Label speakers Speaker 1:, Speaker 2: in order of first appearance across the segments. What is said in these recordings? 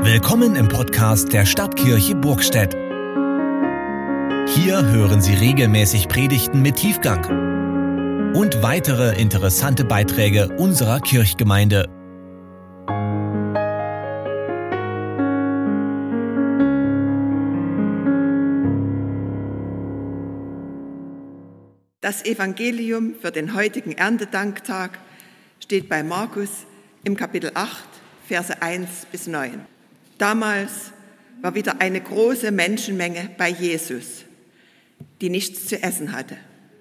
Speaker 1: Willkommen im Podcast der Stadtkirche Burgstedt. Hier hören Sie regelmäßig Predigten mit Tiefgang und weitere interessante Beiträge unserer Kirchgemeinde.
Speaker 2: Das Evangelium für den heutigen Erntedanktag steht bei Markus im Kapitel 8, Verse 1 bis 9. Damals war wieder eine große Menschenmenge bei Jesus, die nichts zu essen hatte.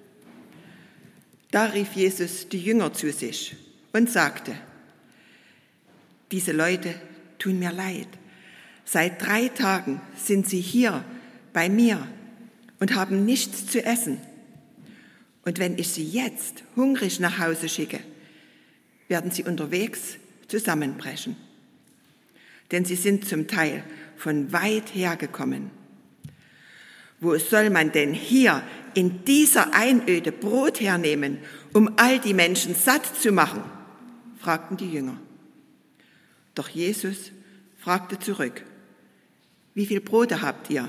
Speaker 2: Da rief Jesus die Jünger zu sich und sagte: Diese Leute tun mir leid. Seit 3 Tagen sind sie hier bei mir und haben nichts zu essen. Und wenn ich sie jetzt hungrig nach Hause schicke, werden sie unterwegs zusammenbrechen. Denn sie sind zum Teil von weit her gekommen. Wo soll man denn hier in dieser Einöde Brot hernehmen, um all die Menschen satt zu machen? Fragten die Jünger. Doch Jesus fragte zurück: Wie viel Brote habt ihr?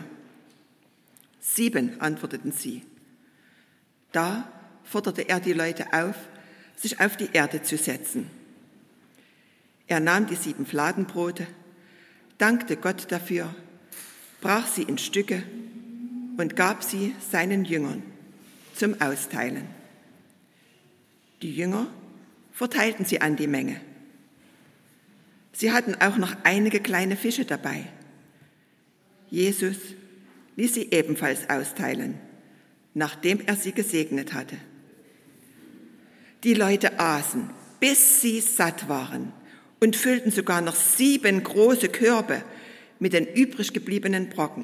Speaker 2: 7, antworteten sie. Da forderte er die Leute auf, sich auf die Erde zu setzen. Er nahm die 7 Fladenbrote, dankte Gott dafür, brach sie in Stücke und gab sie seinen Jüngern zum Austeilen. Die Jünger verteilten sie an die Menge. Sie hatten auch noch einige kleine Fische dabei. Jesus ließ sie ebenfalls austeilen, nachdem er sie gesegnet hatte. Die Leute aßen, bis sie satt waren, und füllten sogar noch 7 große Körbe mit den übrig gebliebenen Brocken.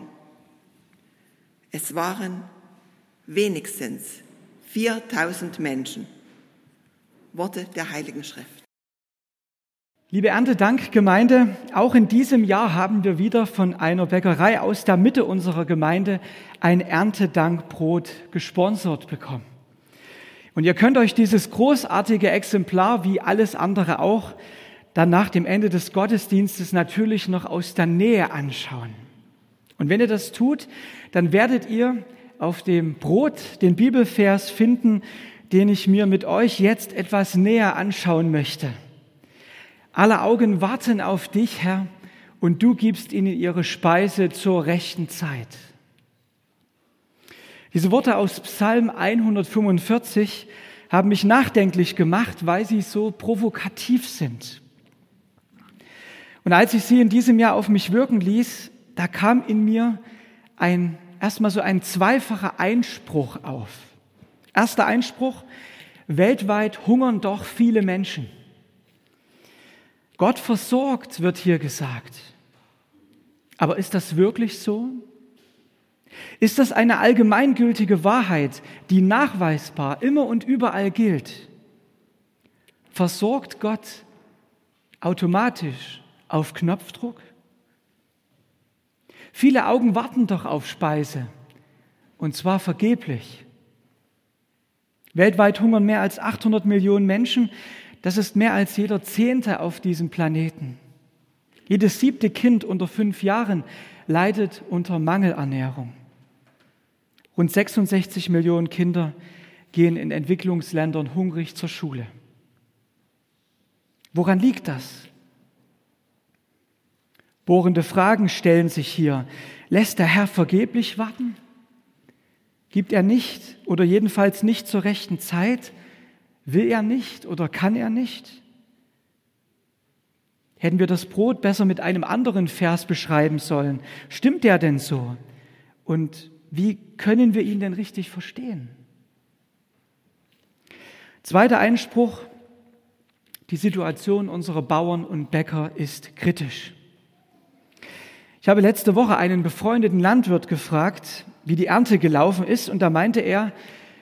Speaker 2: Es waren wenigstens 4.000 Menschen. Worte der Heiligen Schrift.
Speaker 3: Liebe Erntedankgemeinde, auch in diesem Jahr haben wir wieder von einer Bäckerei aus der Mitte unserer Gemeinde ein Erntedankbrot gesponsert bekommen. Und ihr könnt euch dieses großartige Exemplar, wie alles andere auch, dann nach dem Ende des Gottesdienstes natürlich noch aus der Nähe anschauen. Und wenn ihr das tut, dann werdet ihr auf dem Brot den Bibelvers finden, den ich mir mit euch jetzt etwas näher anschauen möchte. Alle Augen warten auf dich, Herr, und du gibst ihnen ihre Speise zur rechten Zeit. Diese Worte aus Psalm 145 haben mich nachdenklich gemacht, weil sie so provokativ sind. Und als ich sie in diesem Jahr auf mich wirken ließ, da kam in mir erstmal so ein zweifacher Einspruch auf. Erster Einspruch: weltweit hungern doch viele Menschen. Gott versorgt, wird hier gesagt. Aber ist das wirklich so? Ist das eine allgemeingültige Wahrheit, die nachweisbar immer und überall gilt? Versorgt Gott automatisch auf Knopfdruck? Viele Augen warten doch auf Speise, und zwar vergeblich. Weltweit hungern mehr als 800 Millionen Menschen. Das ist mehr als jeder 10. auf diesem Planeten. Jedes 7. Kind unter 5 Jahren leidet unter Mangelernährung. Rund 66 Millionen Kinder gehen in Entwicklungsländern hungrig zur Schule. Woran liegt das? Bohrende Fragen stellen sich hier. Lässt der Herr vergeblich warten? Gibt er nicht oder jedenfalls nicht zur rechten Zeit? Will er nicht oder kann er nicht? Hätten wir das Brot besser mit einem anderen Vers beschreiben sollen? Stimmt der denn so? Und wie können wir ihn denn richtig verstehen? Zweiter Einspruch: die Situation unserer Bauern und Bäcker ist kritisch. Ich habe letzte Woche einen befreundeten Landwirt gefragt, wie die Ernte gelaufen ist, und da meinte er,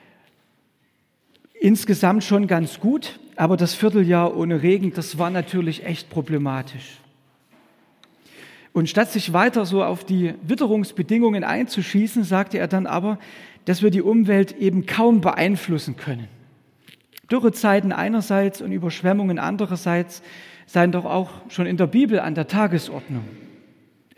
Speaker 3: insgesamt schon ganz gut, aber das Vierteljahr ohne Regen, das war natürlich echt problematisch. Und statt sich weiter so auf die Witterungsbedingungen einzuschießen, sagte er dann aber, dass wir die Umwelt eben kaum beeinflussen können. Dürrezeiten einerseits und Überschwemmungen andererseits seien doch auch schon in der Bibel an der Tagesordnung.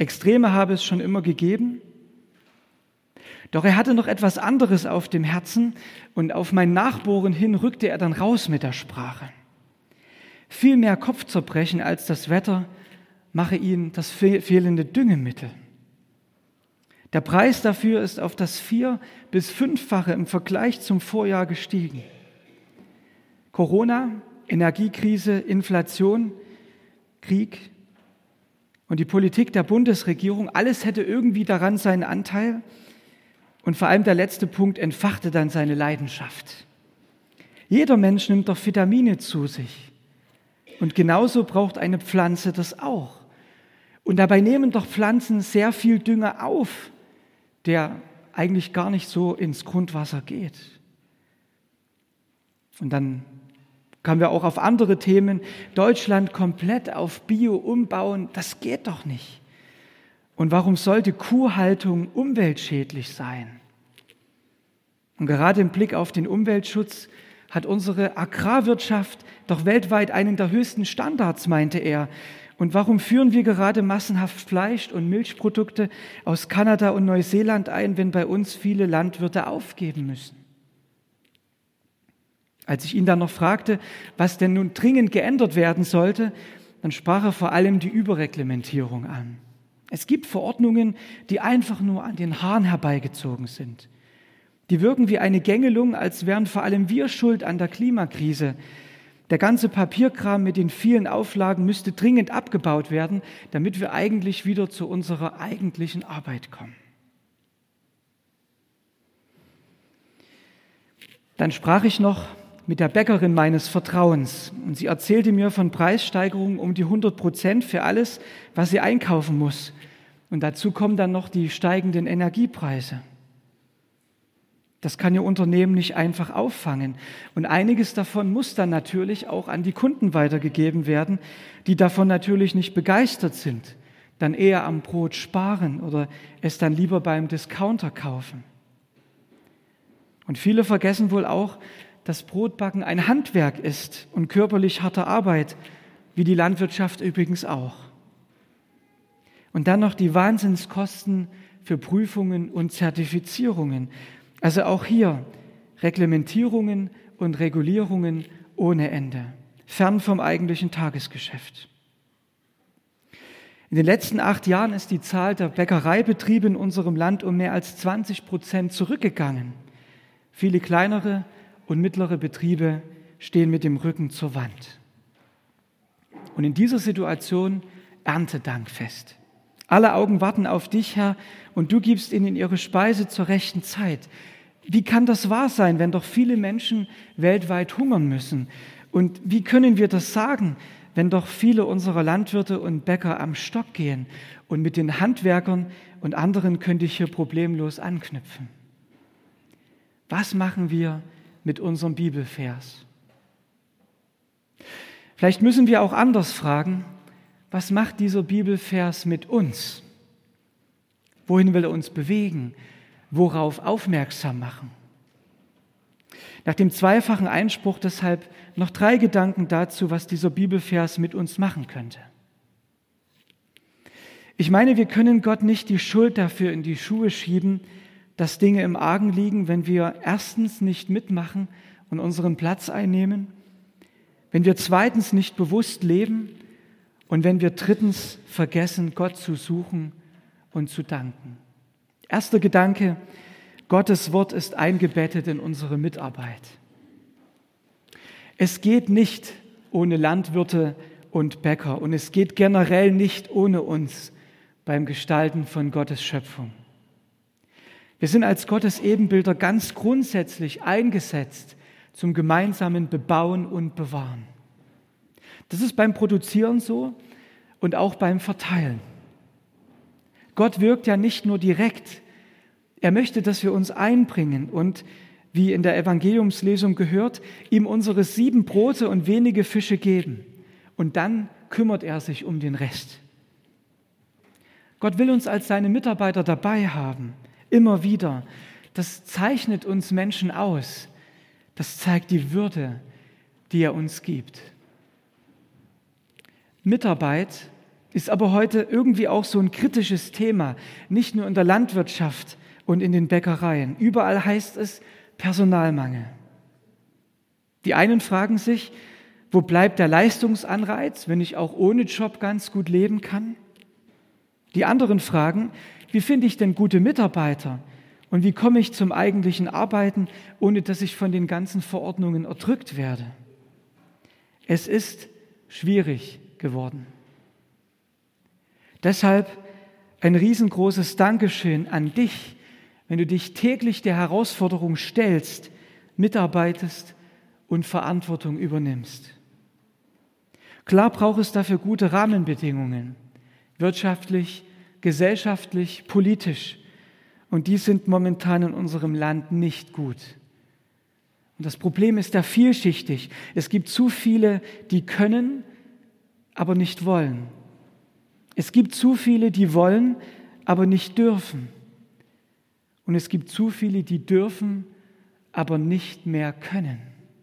Speaker 3: Extreme habe es schon immer gegeben. Doch er hatte noch etwas anderes auf dem Herzen und auf mein Nachbohren hin rückte er dann raus mit der Sprache. Viel mehr Kopfzerbrechen als das Wetter mache ihm das fehlende Düngemittel. Der Preis dafür ist auf das 4- bis 5-fache im Vergleich zum Vorjahr gestiegen. Corona, Energiekrise, Inflation, Krieg und die Politik der Bundesregierung, alles hätte irgendwie daran seinen Anteil. Und vor allem der letzte Punkt entfachte dann seine Leidenschaft. Jeder Mensch nimmt doch Vitamine zu sich. Und genauso braucht eine Pflanze das auch. Und dabei nehmen doch Pflanzen sehr viel Dünger auf, der eigentlich gar nicht so ins Grundwasser geht. Und dann kamen wir auch auf andere Themen. Deutschland komplett auf Bio umbauen, das geht doch nicht. Und warum sollte Kuhhaltung umweltschädlich sein? Und gerade im Blick auf den Umweltschutz hat unsere Agrarwirtschaft doch weltweit einen der höchsten Standards, meinte er. Und warum führen wir gerade massenhaft Fleisch- und Milchprodukte aus Kanada und Neuseeland ein, wenn bei uns viele Landwirte aufgeben müssen? Als ich ihn dann noch fragte, was denn nun dringend geändert werden sollte, dann sprach er vor allem die Überreglementierung an. Es gibt Verordnungen, die einfach nur an den Haaren herbeigezogen sind. Die wirken wie eine Gängelung, als wären vor allem wir schuld an der Klimakrise. Der ganze Papierkram mit den vielen Auflagen müsste dringend abgebaut werden, damit wir eigentlich wieder zu unserer eigentlichen Arbeit kommen. Dann sprach ich noch mit der Bäckerin meines Vertrauens und sie erzählte mir von Preissteigerungen um die 100% für alles, was sie einkaufen muss. Und dazu kommen dann noch die steigenden Energiepreise. Das kann Ihr Unternehmen nicht einfach auffangen. Und einiges davon muss dann natürlich auch an die Kunden weitergegeben werden, die davon natürlich nicht begeistert sind, dann eher am Brot sparen oder es dann lieber beim Discounter kaufen. Und viele vergessen wohl auch, dass Brotbacken ein Handwerk ist und körperlich harte Arbeit, wie die Landwirtschaft übrigens auch. Und dann noch die Wahnsinnskosten für Prüfungen und Zertifizierungen. Also auch hier Reglementierungen und Regulierungen ohne Ende, fern vom eigentlichen Tagesgeschäft. In den letzten 8 Jahren ist die Zahl der Bäckereibetriebe in unserem Land um mehr als 20% zurückgegangen. Viele kleinere und mittlere Betriebe stehen mit dem Rücken zur Wand. Und in dieser Situation Erntedankfest. Alle Augen warten auf dich, Herr, und du gibst ihnen ihre Speise zur rechten Zeit. Wie kann das wahr sein, wenn doch viele Menschen weltweit hungern müssen? Und wie können wir das sagen, wenn doch viele unserer Landwirte und Bäcker am Stock gehen? Und mit den Handwerkern und anderen könnte ich hier problemlos anknüpfen. Was machen wir mit unserem Bibelvers? Vielleicht müssen wir auch anders fragen, was macht dieser Bibelvers mit uns? Wohin will er uns bewegen? Worauf aufmerksam machen? Nach dem zweifachen Einspruch deshalb noch 3 Gedanken dazu, was dieser Bibelvers mit uns machen könnte. Ich meine, wir können Gott nicht die Schuld dafür in die Schuhe schieben, dass Dinge im Argen liegen, wenn wir erstens nicht mitmachen und unseren Platz einnehmen, wenn wir zweitens nicht bewusst leben und wenn wir drittens vergessen, Gott zu suchen und zu danken. Erster Gedanke, Gottes Wort ist eingebettet in unsere Mitarbeit. Es geht nicht ohne Landwirte und Bäcker und es geht generell nicht ohne uns beim Gestalten von Gottes Schöpfung. Wir sind als Gottes Ebenbilder ganz grundsätzlich eingesetzt zum gemeinsamen Bebauen und Bewahren. Das ist beim Produzieren so und auch beim Verteilen. Gott wirkt ja nicht nur direkt, er möchte, dass wir uns einbringen und, wie in der Evangeliumslesung gehört, ihm unsere 7 Brote und wenige Fische geben. Und dann kümmert er sich um den Rest. Gott will uns als seine Mitarbeiter dabei haben, immer wieder. Das zeichnet uns Menschen aus. Das zeigt die Würde, die er uns gibt. Mitarbeit ist aber heute irgendwie auch so ein kritisches Thema, nicht nur in der Landwirtschaft und in den Bäckereien. Überall heißt es Personalmangel. Die einen fragen sich, wo bleibt der Leistungsanreiz, wenn ich auch ohne Job ganz gut leben kann? Die anderen fragen, wie finde ich denn gute Mitarbeiter und wie komme ich zum eigentlichen Arbeiten, ohne dass ich von den ganzen Verordnungen erdrückt werde? Es ist schwierig geworden. Deshalb ein riesengroßes Dankeschön an dich, wenn du dich täglich der Herausforderung stellst, mitarbeitest und Verantwortung übernimmst. Klar braucht es dafür gute Rahmenbedingungen, wirtschaftlich, gesellschaftlich, politisch. Und die sind momentan in unserem Land nicht gut. Und das Problem ist da vielschichtig. Es gibt zu viele, die können, aber nicht wollen. Es gibt zu viele, die wollen, aber nicht dürfen. Und es gibt zu viele, die dürfen, aber nicht mehr können.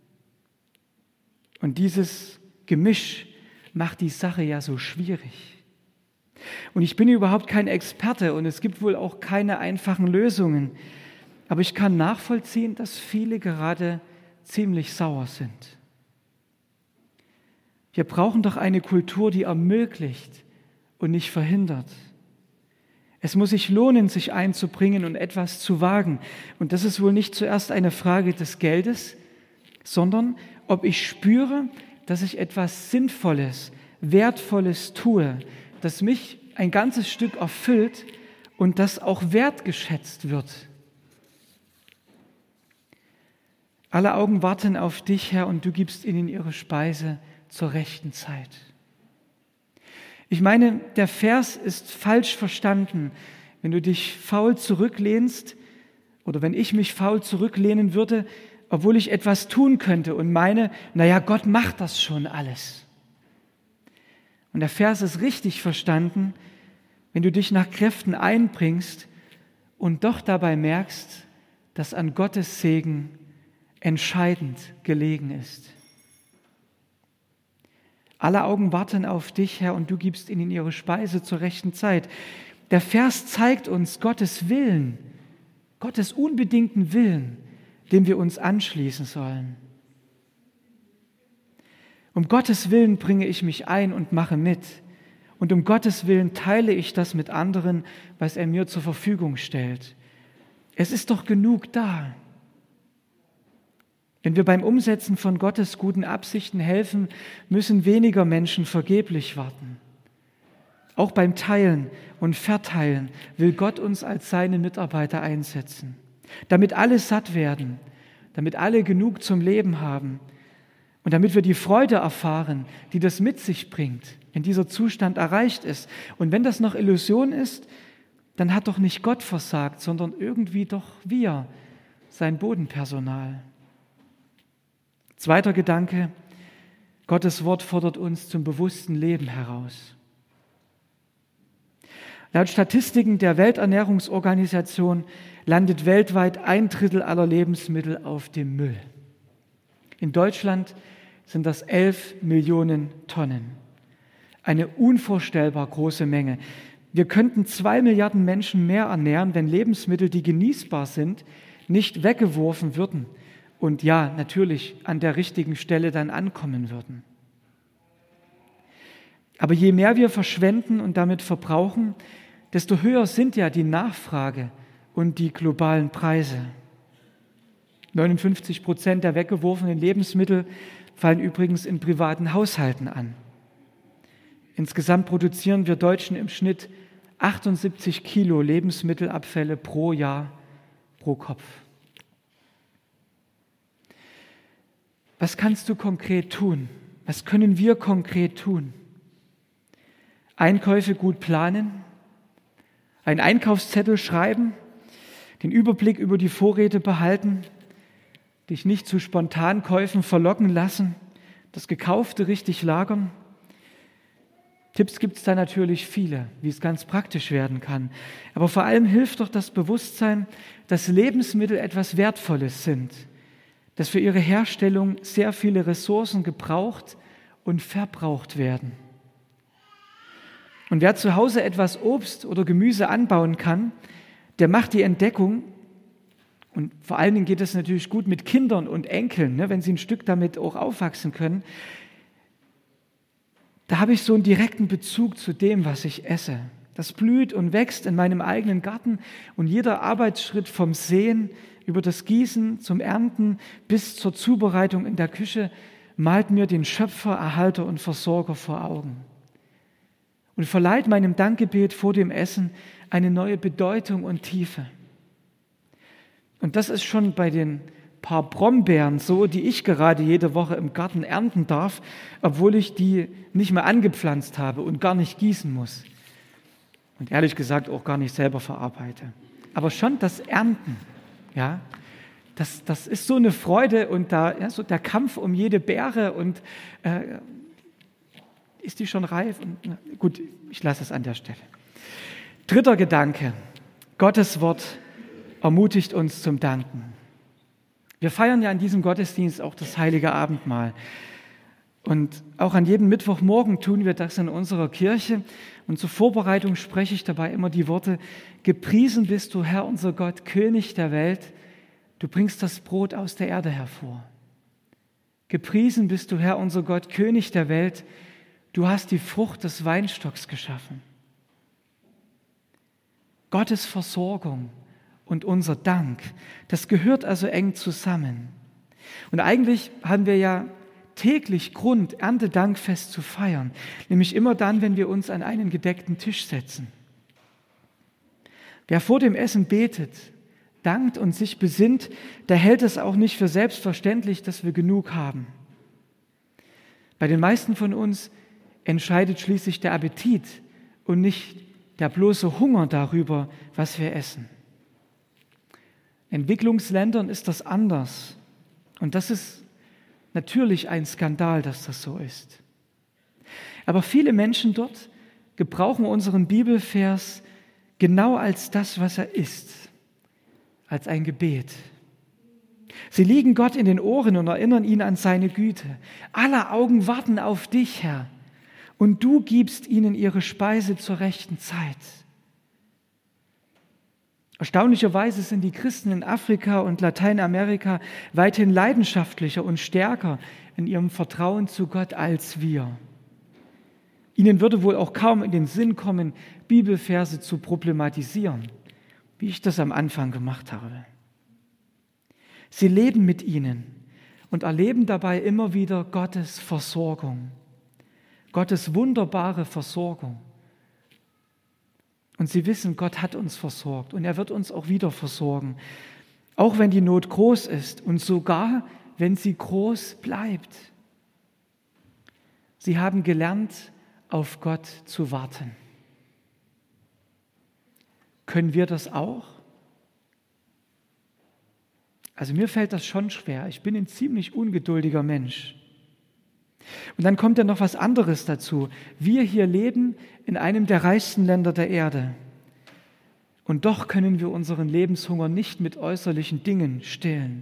Speaker 3: Und dieses Gemisch macht die Sache ja so schwierig. Und ich bin überhaupt kein Experte und es gibt wohl auch keine einfachen Lösungen. Aber ich kann nachvollziehen, dass viele gerade ziemlich sauer sind. Wir brauchen doch eine Kultur, die ermöglicht und nicht verhindert. Es muss sich lohnen, sich einzubringen und etwas zu wagen. Und das ist wohl nicht zuerst eine Frage des Geldes, sondern ob ich spüre, dass ich etwas Sinnvolles, Wertvolles tue, das mich ein ganzes Stück erfüllt und das auch wertgeschätzt wird. Alle Augen warten auf dich, Herr, und du gibst ihnen ihre Speise zur rechten Zeit. Ich meine, der Vers ist falsch verstanden, wenn du dich faul zurücklehnst oder wenn ich mich faul zurücklehnen würde, obwohl ich etwas tun könnte und meine, naja, Gott macht das schon alles. Und der Vers ist richtig verstanden, wenn du dich nach Kräften einbringst und doch dabei merkst, dass an Gottes Segen entscheidend gelegen ist. Alle Augen warten auf dich, Herr, und du gibst ihnen ihre Speise zur rechten Zeit. Der Vers zeigt uns Gottes Willen, Gottes unbedingten Willen, dem wir uns anschließen sollen. Um Gottes Willen bringe ich mich ein und mache mit. Und um Gottes Willen teile ich das mit anderen, was er mir zur Verfügung stellt. Es ist doch genug da. Wenn wir beim Umsetzen von Gottes guten Absichten helfen, müssen weniger Menschen vergeblich warten. Auch beim Teilen und Verteilen will Gott uns als seine Mitarbeiter einsetzen, damit alle satt werden, damit alle genug zum Leben haben und damit wir die Freude erfahren, die das mit sich bringt, wenn dieser Zustand erreicht ist. Und wenn das noch Illusion ist, dann hat doch nicht Gott versagt, sondern irgendwie doch wir, sein Bodenpersonal. Zweiter Gedanke, Gottes Wort fordert uns zum bewussten Leben heraus. Laut Statistiken der Welternährungsorganisation landet weltweit 1/3 aller Lebensmittel auf dem Müll. In Deutschland sind das 11 Millionen Tonnen. Eine unvorstellbar große Menge. Wir könnten 2 Milliarden Menschen mehr ernähren, wenn Lebensmittel, die genießbar sind, nicht weggeworfen würden und ja, natürlich an der richtigen Stelle dann ankommen würden. Aber je mehr wir verschwenden und damit verbrauchen, desto höher sind ja die Nachfrage und die globalen Preise. 59% der weggeworfenen Lebensmittel fallen übrigens in privaten Haushalten an. Insgesamt produzieren wir Deutschen im Schnitt 78 Kilo Lebensmittelabfälle pro Jahr, pro Kopf. Was kannst du konkret tun? Was können wir konkret tun? Einkäufe gut planen, einen Einkaufszettel schreiben, den Überblick über die Vorräte behalten, dich nicht zu Spontankäufen verlocken lassen, das Gekaufte richtig lagern. Tipps gibt es da natürlich viele, wie es ganz praktisch werden kann. Aber vor allem hilft doch das Bewusstsein, dass Lebensmittel etwas Wertvolles sind, dass für ihre Herstellung sehr viele Ressourcen gebraucht und verbraucht werden. Und wer zu Hause etwas Obst oder Gemüse anbauen kann, der macht die Entdeckung, und vor allen Dingen geht es natürlich gut mit Kindern und Enkeln, wenn sie ein Stück damit auch aufwachsen können, da habe ich so einen direkten Bezug zu dem, was ich esse. Das blüht und wächst in meinem eigenen Garten und jeder Arbeitsschritt vom Säen über das Gießen zum Ernten bis zur Zubereitung in der Küche malt mir den Schöpfer, Erhalter und Versorger vor Augen und verleiht meinem Dankgebet vor dem Essen eine neue Bedeutung und Tiefe. Und das ist schon bei den paar Brombeeren so, die ich gerade jede Woche im Garten ernten darf, obwohl ich die nicht mehr angepflanzt habe und gar nicht gießen muss. Und ehrlich gesagt auch gar nicht selber verarbeite. Aber schon das Ernten, ja, das ist so eine Freude und da so der Kampf um jede Beere und ist die schon reif? Und, gut, ich lasse es an der Stelle. Dritter Gedanke, Gottes Wort ermutigt uns zum Danken. Wir feiern ja in diesem Gottesdienst auch das Heilige Abendmahl. Und auch an jedem Mittwochmorgen tun wir das in unserer Kirche. Und zur Vorbereitung spreche ich dabei immer die Worte: Gepriesen bist du, Herr, unser Gott, König der Welt. Du bringst das Brot aus der Erde hervor. Gepriesen bist du, Herr, unser Gott, König der Welt. Du hast die Frucht des Weinstocks geschaffen. Gottes Versorgung und unser Dank, das gehört also eng zusammen. Und eigentlich haben wir ja täglich Grund, Erntedankfest zu feiern, nämlich immer dann, wenn wir uns an einen gedeckten Tisch setzen. Wer vor dem Essen betet, dankt und sich besinnt, der hält es auch nicht für selbstverständlich, dass wir genug haben. Bei den meisten von uns entscheidet schließlich der Appetit und nicht der bloße Hunger darüber, was wir essen. In Entwicklungsländern ist das anders. Und das ist natürlich ein Skandal, dass das so ist. Aber viele Menschen dort gebrauchen unseren Bibelvers genau als das, was er ist, als ein Gebet. Sie liegen Gott in den Ohren und erinnern ihn an seine Güte. Aller Augen warten auf dich, Herr, und du gibst ihnen ihre Speise zur rechten Zeit. Erstaunlicherweise sind die Christen in Afrika und Lateinamerika weithin leidenschaftlicher und stärker in ihrem Vertrauen zu Gott als wir. Ihnen würde wohl auch kaum in den Sinn kommen, Bibelverse zu problematisieren, wie ich das am Anfang gemacht habe. Sie leben mit ihnen und erleben dabei immer wieder Gottes Versorgung, Gottes wunderbare Versorgung. Und sie wissen, Gott hat uns versorgt und er wird uns auch wieder versorgen, auch wenn die Not groß ist und sogar, wenn sie groß bleibt. Sie haben gelernt, auf Gott zu warten. Können wir das auch? Also mir fällt das schon schwer. Ich bin ein ziemlich ungeduldiger Mensch. Und dann kommt ja noch was anderes dazu. Wir hier leben in einem der reichsten Länder der Erde. Und doch können wir unseren Lebenshunger nicht mit äußerlichen Dingen stillen.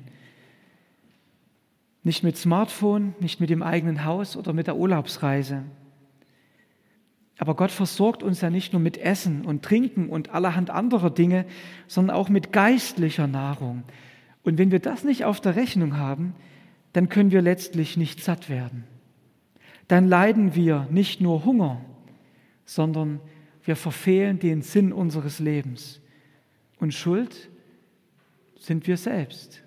Speaker 3: Nicht mit Smartphone, nicht mit dem eigenen Haus oder mit der Urlaubsreise. Aber Gott versorgt uns ja nicht nur mit Essen und Trinken und allerhand anderer Dinge, sondern auch mit geistlicher Nahrung. Und wenn wir das nicht auf der Rechnung haben, dann können wir letztlich nicht satt werden. Dann leiden wir nicht nur Hunger, sondern wir verfehlen den Sinn unseres Lebens. Und schuld sind wir selbst.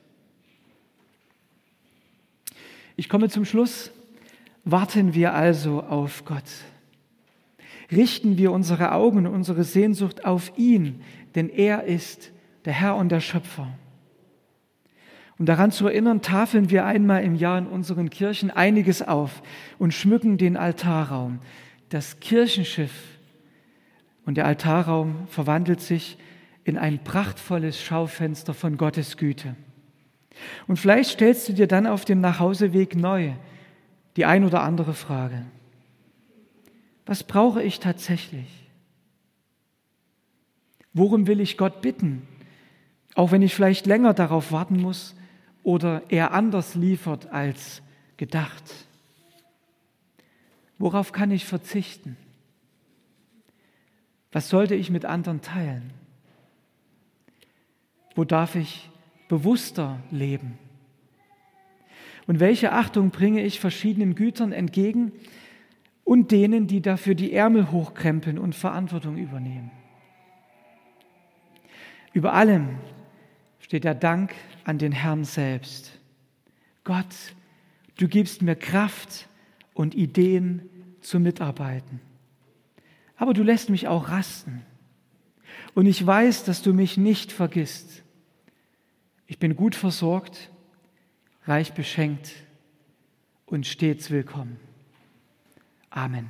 Speaker 3: Ich komme zum Schluss. Warten wir also auf Gott. Richten wir unsere Augen und unsere Sehnsucht auf ihn, denn er ist der Herr und der Schöpfer. Um daran zu erinnern, tafeln wir einmal im Jahr in unseren Kirchen einiges auf und schmücken den Altarraum. Das Kirchenschiff und der Altarraum verwandelt sich in ein prachtvolles Schaufenster von Gottes Güte. Und vielleicht stellst du dir dann auf dem Nachhauseweg neu die ein oder andere Frage. Was brauche ich tatsächlich? Worum will ich Gott bitten, auch wenn ich vielleicht länger darauf warten muss oder er anders liefert als gedacht? Worauf kann ich verzichten? Was sollte ich mit anderen teilen? Wo darf ich bewusster leben? Und welche Achtung bringe ich verschiedenen Gütern entgegen und denen, die dafür die Ärmel hochkrempeln und Verantwortung übernehmen? Über allem steht der Dank an den Herrn selbst. Gott, du gibst mir Kraft und Ideen zum Mitarbeiten. Aber du lässt mich auch rasten. Und ich weiß, dass du mich nicht vergisst. Ich bin gut versorgt, reich beschenkt und stets willkommen. Amen.